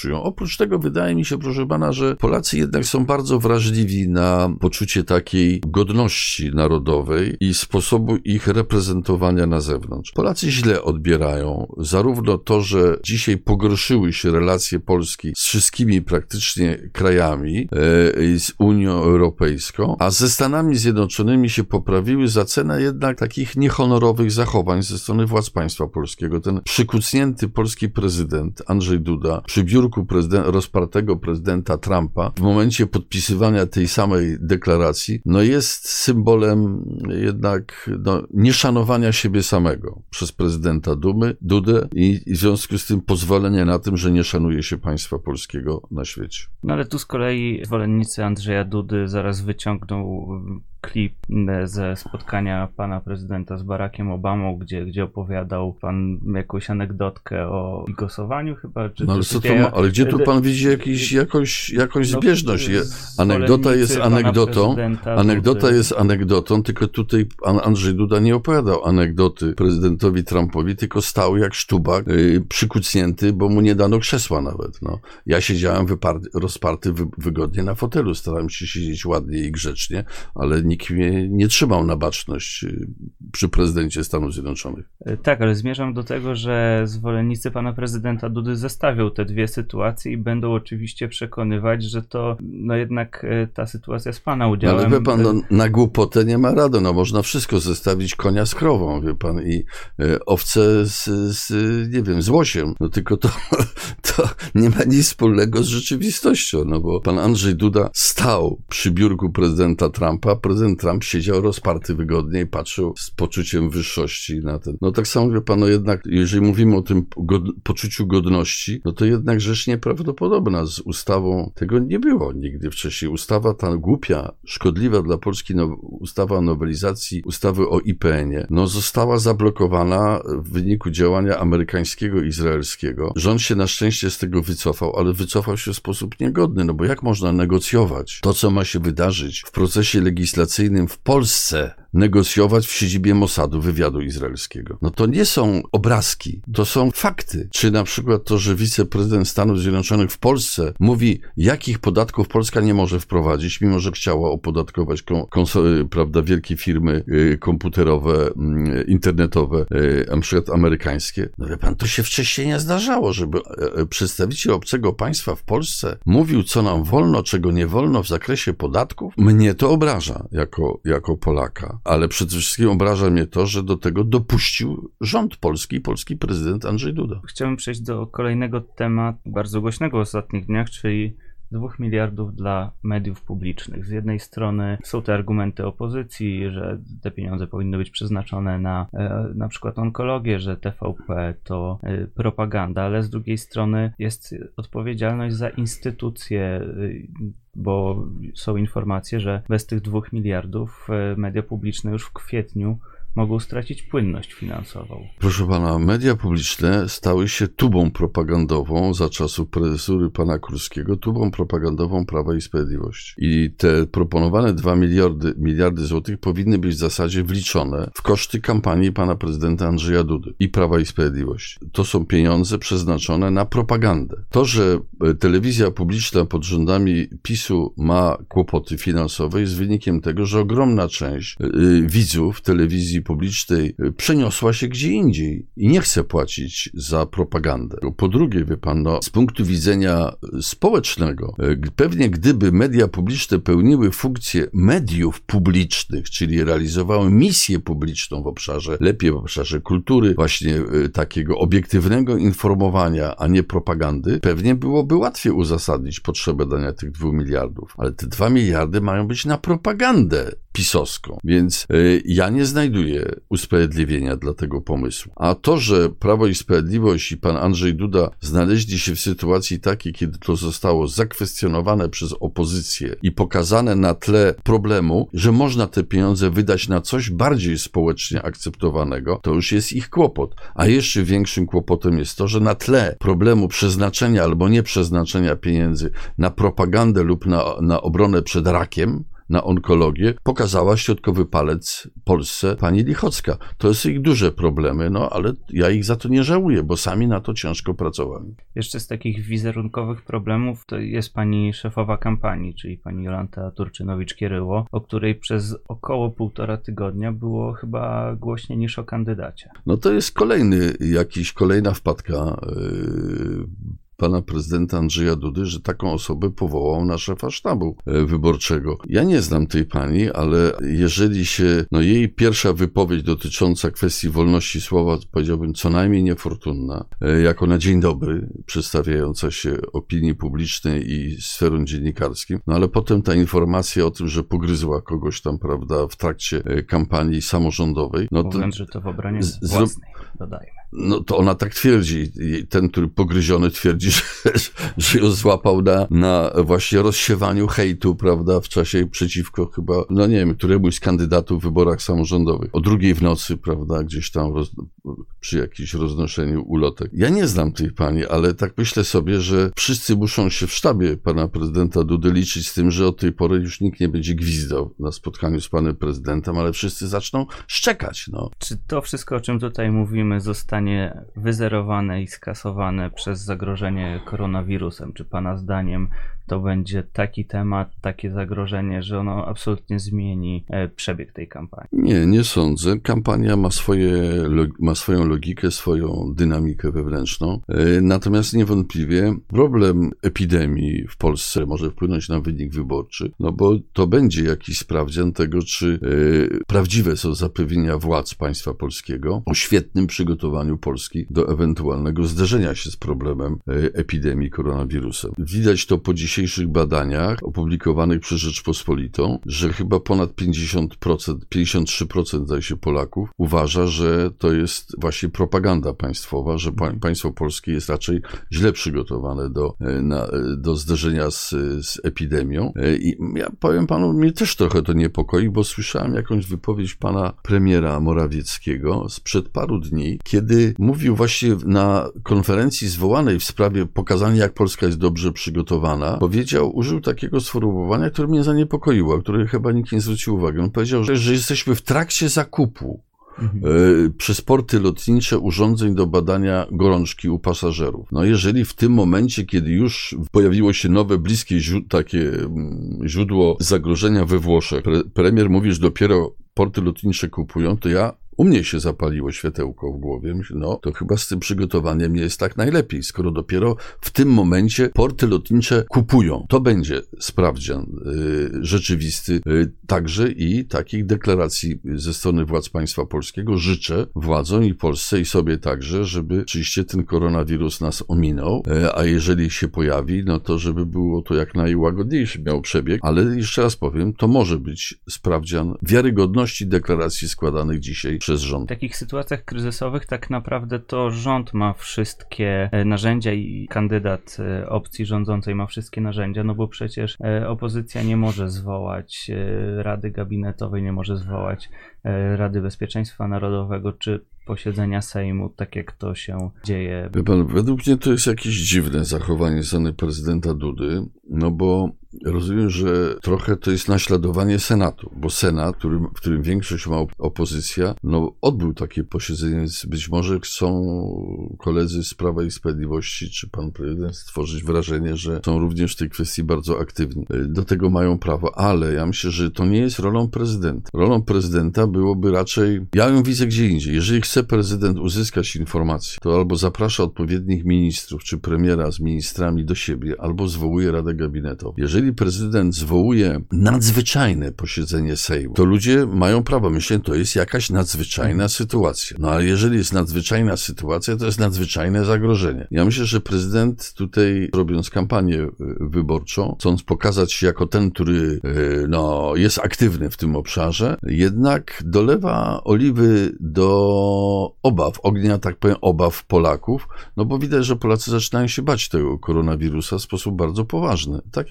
czują. Oprócz tego wydaje mi się, proszę pana, że Polacy jednak są bardzo wrażliwi na poczucie takiej godności narodowej i sposobu ich reprezentowania na zewnątrz. Polacy źle odbierają zarówno to, że dzisiaj pogorszyły się relacje Polski z wszystkimi praktycznie krajami z Unią Europejską, a ze Stanami Zjednoczonymi się poprawiły za cenę jednak takich niehonorowych zachowań ze strony władz państwa polskiego. Ten przykucnięty polski prezydent Andrzej Duda przy biurku rozpartego prezydenta Trumpa w momencie podpisywania tej samej deklaracji, jest symbolem jednak nieszanowania siebie samego przez prezydenta Dudę i w związku z tym pozwolenia na tym, że nie szanuje się państwa polskiego na świecie. Ale tu z kolei zwolennicy Andrzeja Dudy zaraz wyciągną klip ze spotkania pana prezydenta z Barackiem Obamą, gdzie opowiadał pan jakąś anegdotkę o głosowaniu chyba. Ale gdzie tu pan widzi jakąś zbieżność? Anegdota jest anegdotą, tylko tutaj Andrzej Duda nie opowiadał anegdoty prezydentowi Trumpowi, tylko stał jak sztubak przykucnięty, bo mu nie dano krzesła nawet. Ja siedziałem rozparty wygodnie na fotelu, starałem się siedzieć ładnie i grzecznie, ale nikt mnie nie trzymał na baczność przy prezydencie Stanów Zjednoczonych. Tak, ale zmierzam do tego, że zwolennicy pana prezydenta Dudy zestawią te dwie sytuacje i będą oczywiście przekonywać, że to jednak ta sytuacja z pana udziałem. Ale wie pan, na głupotę nie ma rady. Można wszystko zestawić, konia z krową, wie pan, i owce z łosiem. Tylko to nie ma nic wspólnego z rzeczywistością, bo pan Andrzej Duda stał przy biurku prezydenta Trumpa, prezydent Trump siedział rozparty wygodnie i patrzył z poczuciem wyższości na ten. Tak samo, wie pan, jednak jeżeli mówimy o tym poczuciu godności, to jednak rzecz nieprawdopodobna. Z ustawą tego nie było nigdy wcześniej. Ustawa ta głupia, szkodliwa dla Polski, ustawa o nowelizacji ustawy o IPN-ie, została zablokowana w wyniku działania amerykańskiego i izraelskiego. Rząd się na szczęście z tego wycofał, ale wycofał się w sposób niegodny, bo jak można negocjować to, co ma się wydarzyć w procesie legislacyjnym w Polsce, negocjować w siedzibie Mossadu, wywiadu izraelskiego. To nie są obrazki, to są fakty. Czy na przykład to, że wiceprezydent Stanów Zjednoczonych w Polsce mówi, jakich podatków Polska nie może wprowadzić, mimo że chciała opodatkować wielkie firmy komputerowe, internetowe, na przykład amerykańskie. Wie pan, to się wcześniej nie zdarzało, żeby przedstawiciel obcego państwa w Polsce mówił, co nam wolno, czego nie wolno w zakresie podatków. Mnie to obraża jako Polaka. Ale przede wszystkim obraża mnie to, że do tego dopuścił rząd polski, polski prezydent Andrzej Duda. Chciałbym przejść do kolejnego tematu, bardzo głośnego w ostatnich dniach, czyli 2 miliardów dla mediów publicznych. Z jednej strony są te argumenty opozycji, że te pieniądze powinny być przeznaczone na przykład onkologię, że TVP to propaganda, ale z drugiej strony jest odpowiedzialność za instytucje, bo są informacje, że bez tych 2 miliardów media publiczne już w kwietniu mogą stracić płynność finansową. Proszę pana, media publiczne stały się tubą propagandową za czasów prezesury pana Kurskiego, tubą propagandową Prawa i Sprawiedliwości. I te proponowane 2 miliardy złotych powinny być w zasadzie wliczone w koszty kampanii pana prezydenta Andrzeja Dudy i Prawa i Sprawiedliwości. To są pieniądze przeznaczone na propagandę. To, że telewizja publiczna pod rządami PiS-u ma kłopoty finansowe, jest wynikiem tego, że ogromna część widzów telewizji publicznej przeniosła się gdzie indziej i nie chce płacić za propagandę. Po drugie, wie pan, z punktu widzenia społecznego, pewnie gdyby media publiczne pełniły funkcję mediów publicznych, czyli realizowały misję publiczną lepiej w obszarze kultury, właśnie takiego obiektywnego informowania, a nie propagandy, pewnie byłoby łatwiej uzasadnić potrzebę dania tych 2 miliardów. Ale te 2 miliardy mają być na propagandę pisowską. Więc ja nie znajduję usprawiedliwienia dla tego pomysłu. A to, że Prawo i Sprawiedliwość i pan Andrzej Duda znaleźli się w sytuacji takiej, kiedy to zostało zakwestionowane przez opozycję i pokazane na tle problemu, że można te pieniądze wydać na coś bardziej społecznie akceptowanego, to już jest ich kłopot. A jeszcze większym kłopotem jest to, że na tle problemu przeznaczenia albo nieprzeznaczenia pieniędzy na propagandę lub na obronę przed rakiem, na onkologię, pokazała środkowy palec Polsce pani Lichocka. To jest ich duże problemy, no ale ja ich za to nie żałuję, bo sami na to ciężko pracowali. Jeszcze z takich wizerunkowych problemów to jest pani szefowa kampanii, czyli pani Jolanta Turczynowicz-Kieryło, o której przez około 1,5 tygodnia było chyba głośniej niż o kandydacie. No to jest kolejna wpadka pana prezydenta Andrzeja Dudy, że taką osobę powołał na szefa sztabu wyborczego. Ja nie znam tej pani, ale jeżeli jej pierwsza wypowiedź dotycząca kwestii wolności słowa, powiedziałbym co najmniej niefortunna, jako na dzień dobry przedstawiająca się opinii publicznej i sferom dziennikarskim, no ale potem ta informacja o tym, że pogryzła kogoś tam, prawda, w trakcie kampanii samorządowej. No mówiąc, że to w obronie własnej, dodajmy. No to ona tak twierdzi. Ten, który pogryziony twierdzi, że ją złapał na właśnie rozsiewaniu hejtu, prawda, w czasie przeciwko chyba, no nie wiem, któremuś z kandydatów w wyborach samorządowych. O 2:00 w nocy, prawda, gdzieś tam przy jakimś roznoszeniu ulotek. Ja nie znam tej pani, ale tak myślę sobie, że wszyscy muszą się w sztabie pana prezydenta Dudy liczyć z tym, że od tej pory już nikt nie będzie gwizdał na spotkaniu z panem prezydentem, ale wszyscy zaczną szczekać, no. Czy to wszystko, o czym tutaj mówimy, zostanie wyzerowane i skasowane przez zagrożenie koronawirusem? Czy pana zdaniem to będzie taki temat, takie zagrożenie, że ono absolutnie zmieni przebieg tej kampanii? Nie sądzę. Kampania ma swoją logikę, swoją dynamikę wewnętrzną. Natomiast niewątpliwie problem epidemii w Polsce może wpłynąć na wynik wyborczy, no bo to będzie jakiś sprawdzian tego, czy prawdziwe są zapewnienia władz państwa polskiego o świetnym przygotowaniu Polski do ewentualnego zderzenia się z problemem epidemii koronawirusem. Widać to po dzisiejszych badaniach opublikowanych przez Rzeczpospolitą, że chyba ponad 50%, 53% zdaje się Polaków uważa, że to jest właśnie propaganda państwowa, że państwo polskie jest raczej źle przygotowane do zderzenia z epidemią. I ja powiem panu, mnie też trochę to niepokoi, bo słyszałem jakąś wypowiedź pana premiera Morawieckiego sprzed paru dni, kiedy mówił właśnie na konferencji zwołanej w sprawie pokazania, jak Polska jest dobrze przygotowana, użył takiego sformułowania, które mnie zaniepokoiło, które chyba nikt nie zwrócił uwagi. On powiedział, że jesteśmy w trakcie zakupu przez porty lotnicze urządzeń do badania gorączki u pasażerów. No jeżeli w tym momencie, kiedy już pojawiło się nowe, bliskie takie źródło zagrożenia we Włoszech, premier mówi, że dopiero porty lotnicze kupują, to u mnie się zapaliło światełko w głowie. Myślę, no to chyba z tym przygotowaniem nie jest tak najlepiej, skoro dopiero w tym momencie porty lotnicze kupują. To będzie sprawdzian rzeczywisty także i takich deklaracji ze strony władz państwa polskiego. Życzę władzom i Polsce i sobie także, żeby oczywiście ten koronawirus nas ominął, a jeżeli się pojawi, no to żeby było to jak najłagodniejszy miał przebieg, ale jeszcze raz powiem, to może być sprawdzian wiarygodności deklaracji składanych dzisiaj przez rząd. W takich sytuacjach kryzysowych tak naprawdę to rząd ma wszystkie narzędzia i kandydat opcji rządzącej ma wszystkie narzędzia, no bo przecież opozycja nie może zwołać Rady Gabinetowej, nie może zwołać Rady Bezpieczeństwa Narodowego czy posiedzenia Sejmu, tak jak to się dzieje. Wie pan, według mnie to jest jakieś dziwne zachowanie strony prezydenta Dudy, no bo rozumiem, że trochę to jest naśladowanie Senatu, bo Senat, w którym większość ma opozycja, no odbył takie posiedzenie, więc być może chcą koledzy z Prawa i Sprawiedliwości, czy pan prezydent stworzyć wrażenie, że są również w tej kwestii bardzo aktywni. Do tego mają prawo, ale ja myślę, że to nie jest rolą prezydenta. Rolą prezydenta byłoby raczej, ja ją widzę gdzie indziej. Jeżeli chce prezydent uzyskać informacje, to albo zaprasza odpowiednich ministrów, czy premiera z ministrami do siebie, albo zwołuje Radę Gabinetową. Jeżeli prezydent zwołuje nadzwyczajne posiedzenie Sejmu, to ludzie mają prawo myśleć, to jest jakaś nadzwyczajna sytuacja. No ale jeżeli jest nadzwyczajna sytuacja, to jest nadzwyczajne zagrożenie. Ja myślę, że prezydent tutaj, robiąc kampanię wyborczą, chcąc pokazać się jako ten, który jest aktywny w tym obszarze, jednak dolewa oliwy do ognia, tak powiem, obaw Polaków, no bo widać, że Polacy zaczynają się bać tego koronawirusa w sposób bardzo poważny, tak jak jest na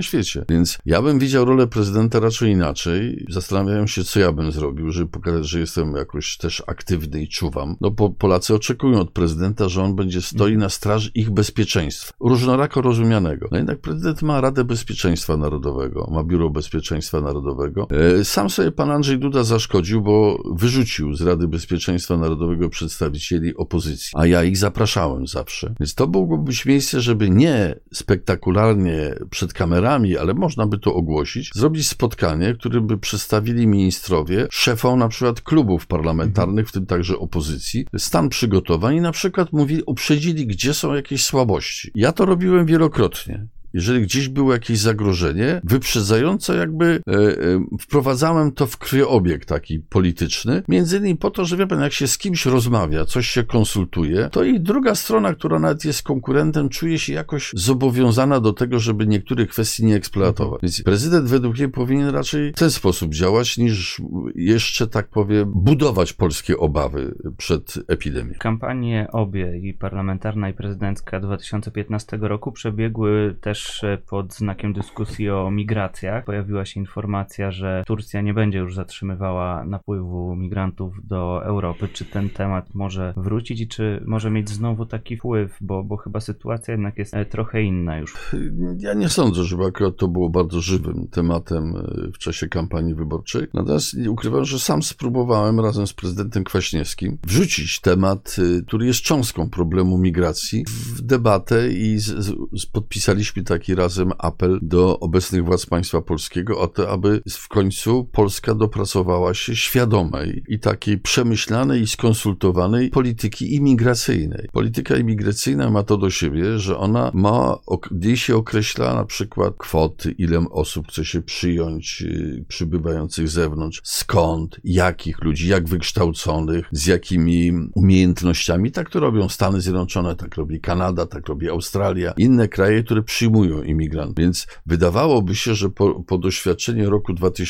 świecie. Więc ja bym widział rolę prezydenta raczej inaczej. Zastanawiałem się, co ja bym zrobił, żeby pokazać, że jestem jakoś też aktywny i czuwam. No bo Polacy oczekują od prezydenta, że on będzie stoi na straży ich bezpieczeństwa. Różnorako rozumianego. No jednak prezydent ma Radę Bezpieczeństwa Narodowego, ma Biuro Bezpieczeństwa Narodowego. Sam sobie pan Andrzej Duda zaszkodził, bo wyrzucił z Rady Bezpieczeństwa Narodowego przedstawicieli opozycji, a ja ich zapraszałem zawsze. Więc to mogłoby być miejsce, żeby nie spektakularnie przed kamerami, ale można by to ogłosić, zrobić spotkanie, które by przedstawili ministrowie, szefom na przykład klubów parlamentarnych, w tym także opozycji, stan przygotowań i na przykład uprzedzili, gdzie są jakieś słabości. Ja to robiłem wielokrotnie. Jeżeli gdzieś było jakieś zagrożenie, wyprzedzająco jakby wprowadzałem to w krwiobieg taki polityczny, między innymi po to, że wie pan, jak się z kimś rozmawia, coś się konsultuje, to i druga strona, która nawet jest konkurentem, czuje się jakoś zobowiązana do tego, żeby niektórych kwestii nie eksploatować. Więc prezydent według mnie powinien raczej w ten sposób działać, niż jeszcze, tak powiem, budować polskie obawy przed epidemią. Kampanie obie, i parlamentarna, i prezydencka 2015 roku przebiegły też pod znakiem dyskusji o migracjach. Pojawiła się informacja, że Turcja nie będzie już zatrzymywała napływu migrantów do Europy. Czy ten temat może wrócić i czy może mieć znowu taki wpływ, bo chyba sytuacja jednak jest trochę inna już. Ja nie sądzę, żeby akurat to było bardzo żywym tematem w czasie kampanii wyborczej. Natomiast nie ukrywam, że sam spróbowałem razem z prezydentem Kwaśniewskim wrzucić temat, który jest cząstką problemu migracji, w debatę i podpisaliśmy taki razem apel do obecnych władz państwa polskiego o to, aby w końcu Polska dopracowała się świadomej i takiej przemyślanej i skonsultowanej polityki imigracyjnej. Polityka imigracyjna ma to do siebie, że ona gdzieś się określa na przykład kwoty, ile osób chce się przyjąć, przybywających z zewnątrz, skąd, jakich ludzi, jak wykształconych, z jakimi umiejętnościami. Tak to robią Stany Zjednoczone, tak robi Kanada, tak robi Australia, inne kraje, które przyjmują imigrantów. Więc wydawałoby się, że po doświadczeniu roku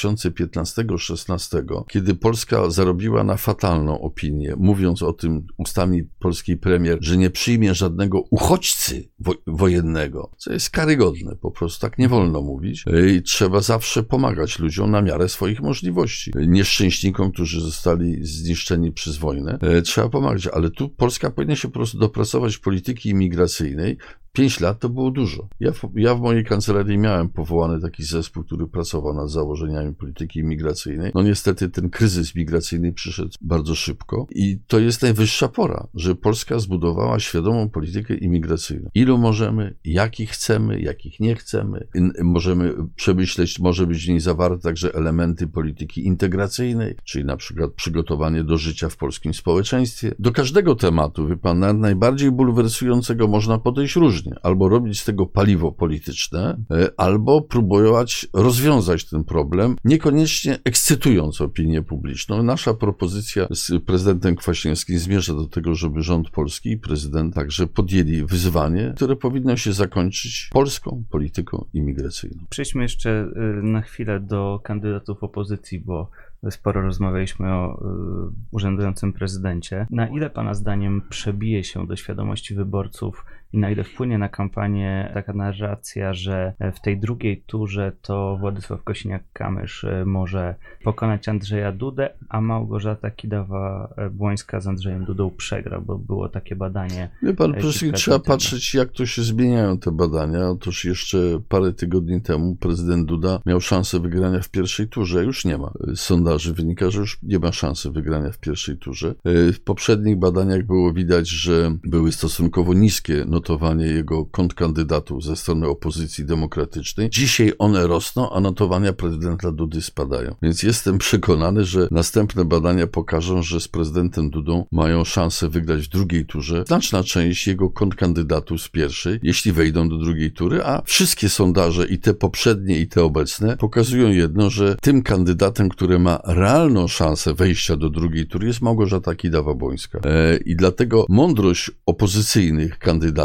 2015-16, kiedy Polska zarobiła na fatalną opinię, mówiąc o tym ustami polskiej premier, że nie przyjmie żadnego uchodźcy wojennego, co jest karygodne, po prostu tak nie wolno mówić. I trzeba zawsze pomagać ludziom na miarę swoich możliwości. Nieszczęśnikom, którzy zostali zniszczeni przez wojnę, trzeba pomagać, ale tu Polska powinna się po prostu dopracować polityki imigracyjnej. 5 lat to było dużo. Ja w mojej kancelarii miałem powołany taki zespół, który pracował nad założeniami polityki imigracyjnej. No niestety ten kryzys migracyjny przyszedł bardzo szybko i to jest najwyższa pora, że Polska zbudowała świadomą politykę imigracyjną. Ilu możemy, jakich chcemy, jakich nie chcemy. Możemy przemyśleć, może być w niej zawarte także elementy polityki integracyjnej, czyli na przykład przygotowanie do życia w polskim społeczeństwie. Do każdego tematu, wie pan, najbardziej bulwersującego można podejść różnie. Albo robić z tego paliwo polityczne, albo próbować rozwiązać ten problem, niekoniecznie ekscytując opinię publiczną. Nasza propozycja z prezydentem Kwaśniewskim zmierza do tego, żeby rząd polski i prezydent także podjęli wyzwanie, które powinno się zakończyć polską polityką imigracyjną. Przejdźmy jeszcze na chwilę do kandydatów opozycji, bo sporo rozmawialiśmy o urzędującym prezydencie. Na ile pana zdaniem przebije się do świadomości wyborców i na ile wpłynie na kampanię taka narracja, że w tej drugiej turze to Władysław Kosiniak-Kamysz może pokonać Andrzeja Dudę, a Małgorzata Kidawa-Błońska z Andrzejem Dudą przegra, bo było takie badanie. Wie pan, przede wszystkim trzeba patrzeć, jak to się zmieniają te badania. Otóż jeszcze parę tygodni temu prezydent Duda miał szansę wygrania w pierwszej turze, już nie ma. Z sondaży wynika, że już nie ma szansy wygrania w pierwszej turze. W poprzednich badaniach było widać, że były stosunkowo niskie notowanie jego kontrkandydatów ze strony opozycji demokratycznej. Dzisiaj one rosną, a notowania prezydenta Dudy spadają. Więc jestem przekonany, że następne badania pokażą, że z prezydentem Dudą mają szansę wygrać w drugiej turze znaczna część jego kontrkandydatów z pierwszej, jeśli wejdą do drugiej tury, a wszystkie sondaże, i te poprzednie, i te obecne, pokazują jedno, że tym kandydatem, który ma realną szansę wejścia do drugiej tury, jest Małgorzata Kidawa-Błońska. I dlatego mądrość opozycyjnych kandydatów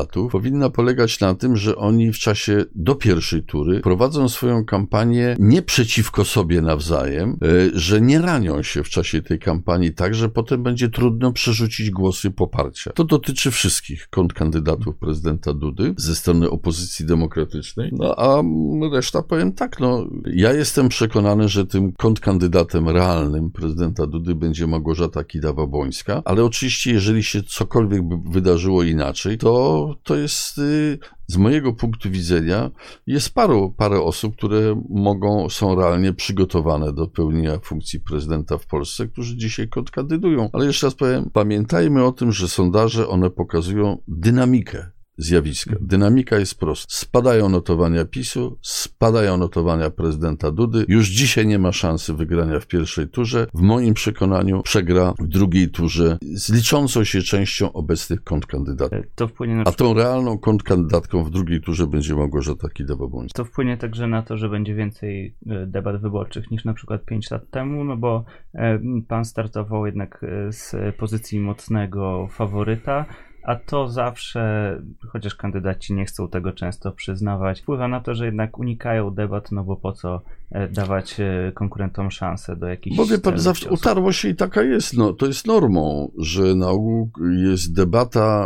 kandydatów powinna polegać na tym, że oni w czasie do pierwszej tury prowadzą swoją kampanię nie przeciwko sobie nawzajem, że nie ranią się w czasie tej kampanii tak, że potem będzie trudno przerzucić głosy poparcia. To dotyczy wszystkich kontrkandydatów prezydenta Dudy ze strony opozycji demokratycznej. No a reszta, powiem tak, ja jestem przekonany, że tym kontrkandydatem realnym prezydenta Dudy będzie Małgorzata Kidawa-Błońska, ale oczywiście jeżeli się cokolwiek by wydarzyło inaczej, to jest z mojego punktu widzenia jest parę osób, które są realnie przygotowane do pełnienia funkcji prezydenta w Polsce, którzy dzisiaj kontrkandydują. Ale jeszcze raz powiem, pamiętajmy o tym, że sondaże, one pokazują dynamikę zjawiska. Dynamika jest prosta. Spadają notowania PiS-u, spadają notowania prezydenta Dudy. Już dzisiaj nie ma szansy wygrania w pierwszej turze. W moim przekonaniu przegra w drugiej turze z liczącą się częścią obecnych kontrkandydatów. A tą realną kontrkandydatką w drugiej turze będzie Małgorzata Kidawa-Błońska. To wpłynie także na to, że będzie więcej debat wyborczych niż na przykład 5 lat temu, bo pan startował jednak z pozycji mocnego faworyta, a to zawsze, chociaż kandydaci nie chcą tego często przyznawać, wpływa na to, że jednak unikają debat, bo po co dawać konkurentom szansę do jakichś... Bo wie pan, zawsze utarło się i taka jest, to jest normą, że na ogół jest debata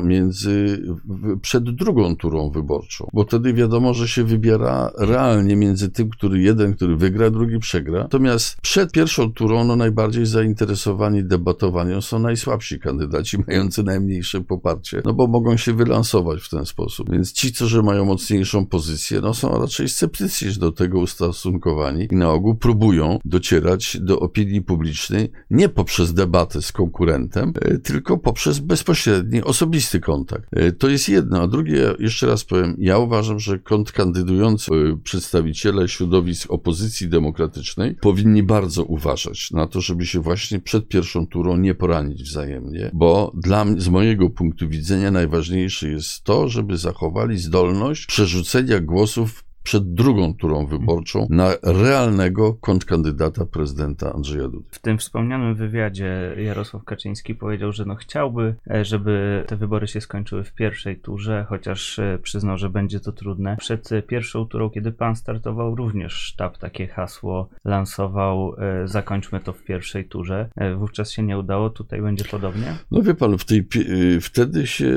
przed drugą turą wyborczą, bo wtedy wiadomo, że się wybiera realnie między tym, który wygra, drugi przegra. Natomiast przed pierwszą turą, najbardziej zainteresowani debatowaniem są najsłabsi kandydaci, mający najmniejsze poparcie, bo mogą się wylansować w ten sposób. Więc ci, którzy mają mocniejszą pozycję, są raczej sceptycznie do tego ustosunkowani i na ogół próbują docierać do opinii publicznej nie poprzez debatę z konkurentem, tylko poprzez bezpośredni, osobisty kontakt. To jest jedno. A drugie, jeszcze raz powiem, ja uważam, że kontrkandydujący przedstawiciele środowisk opozycji demokratycznej powinni bardzo uważać na to, żeby się właśnie przed pierwszą turą nie poranić wzajemnie, bo z mojego punktu widzenia najważniejsze jest to, żeby zachowali zdolność przerzucenia głosów przed drugą turą wyborczą na realnego kontrkandydata prezydenta Andrzeja Dudy. W tym wspomnianym wywiadzie Jarosław Kaczyński powiedział, że chciałby, żeby te wybory się skończyły w pierwszej turze, chociaż przyznał, że będzie to trudne. Przed pierwszą turą, kiedy pan startował, również sztab takie hasło lansował: zakończmy to w pierwszej turze. Wówczas się nie udało, tutaj będzie podobnie? Wie pan, wtedy się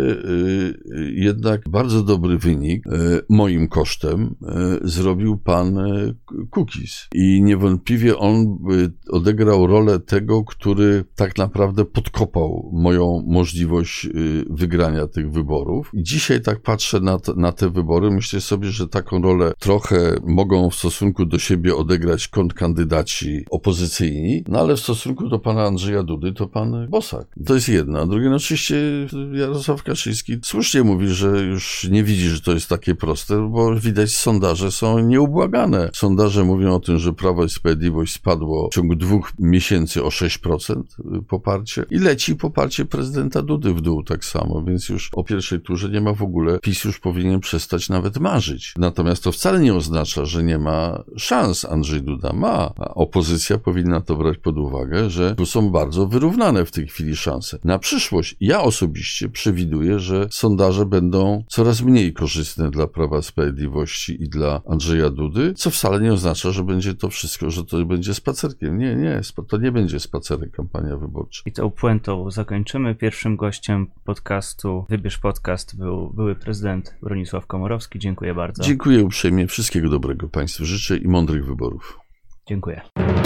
jednak bardzo dobry wynik moim kosztem zrobił pan Kukiz. I niewątpliwie on odegrał rolę tego, który tak naprawdę podkopał moją możliwość wygrania tych wyborów. I dzisiaj tak patrzę na te wybory, myślę sobie, że taką rolę trochę mogą w stosunku do siebie odegrać kontrkandydaci opozycyjni, ale w stosunku do pana Andrzeja Dudy to pan Bosak. To jest jedno. A drugie, oczywiście Jarosław Kaczyński słusznie mówi, że już nie widzi, że to jest takie proste, bo widać sondaże są nieubłagane. Sondaże mówią o tym, że Prawo i Sprawiedliwość spadło w ciągu 2 miesięcy o 6% poparcie i leci poparcie prezydenta Dudy w dół tak samo, więc już o pierwszej turze nie ma w ogóle. PiS już powinien przestać nawet marzyć. Natomiast to wcale nie oznacza, że nie ma szans. Andrzej Duda ma. A opozycja powinna to brać pod uwagę, że tu są bardzo wyrównane w tej chwili szanse. Na przyszłość ja osobiście przewiduję, że sondaże będą coraz mniej korzystne dla Prawa i Sprawiedliwości i dla Andrzeja Dudy, co wcale nie oznacza, że będzie to wszystko, że to będzie spacerkiem. Nie, to nie będzie spacerek kampania wyborcza. I tą puentą zakończymy. Pierwszym gościem podcastu Wybierz Podcast był były prezydent Bronisław Komorowski. Dziękuję bardzo. Dziękuję uprzejmie. Wszystkiego dobrego Państwu życzę i mądrych wyborów. Dziękuję.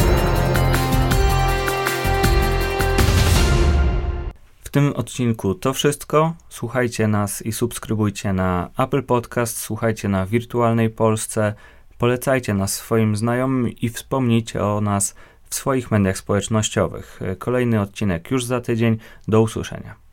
W tym odcinku to wszystko. Słuchajcie nas i subskrybujcie na Apple Podcast, słuchajcie na Wirtualnej Polsce, polecajcie nas swoim znajomym i wspomnijcie o nas w swoich mediach społecznościowych. Kolejny odcinek już za tydzień. Do usłyszenia.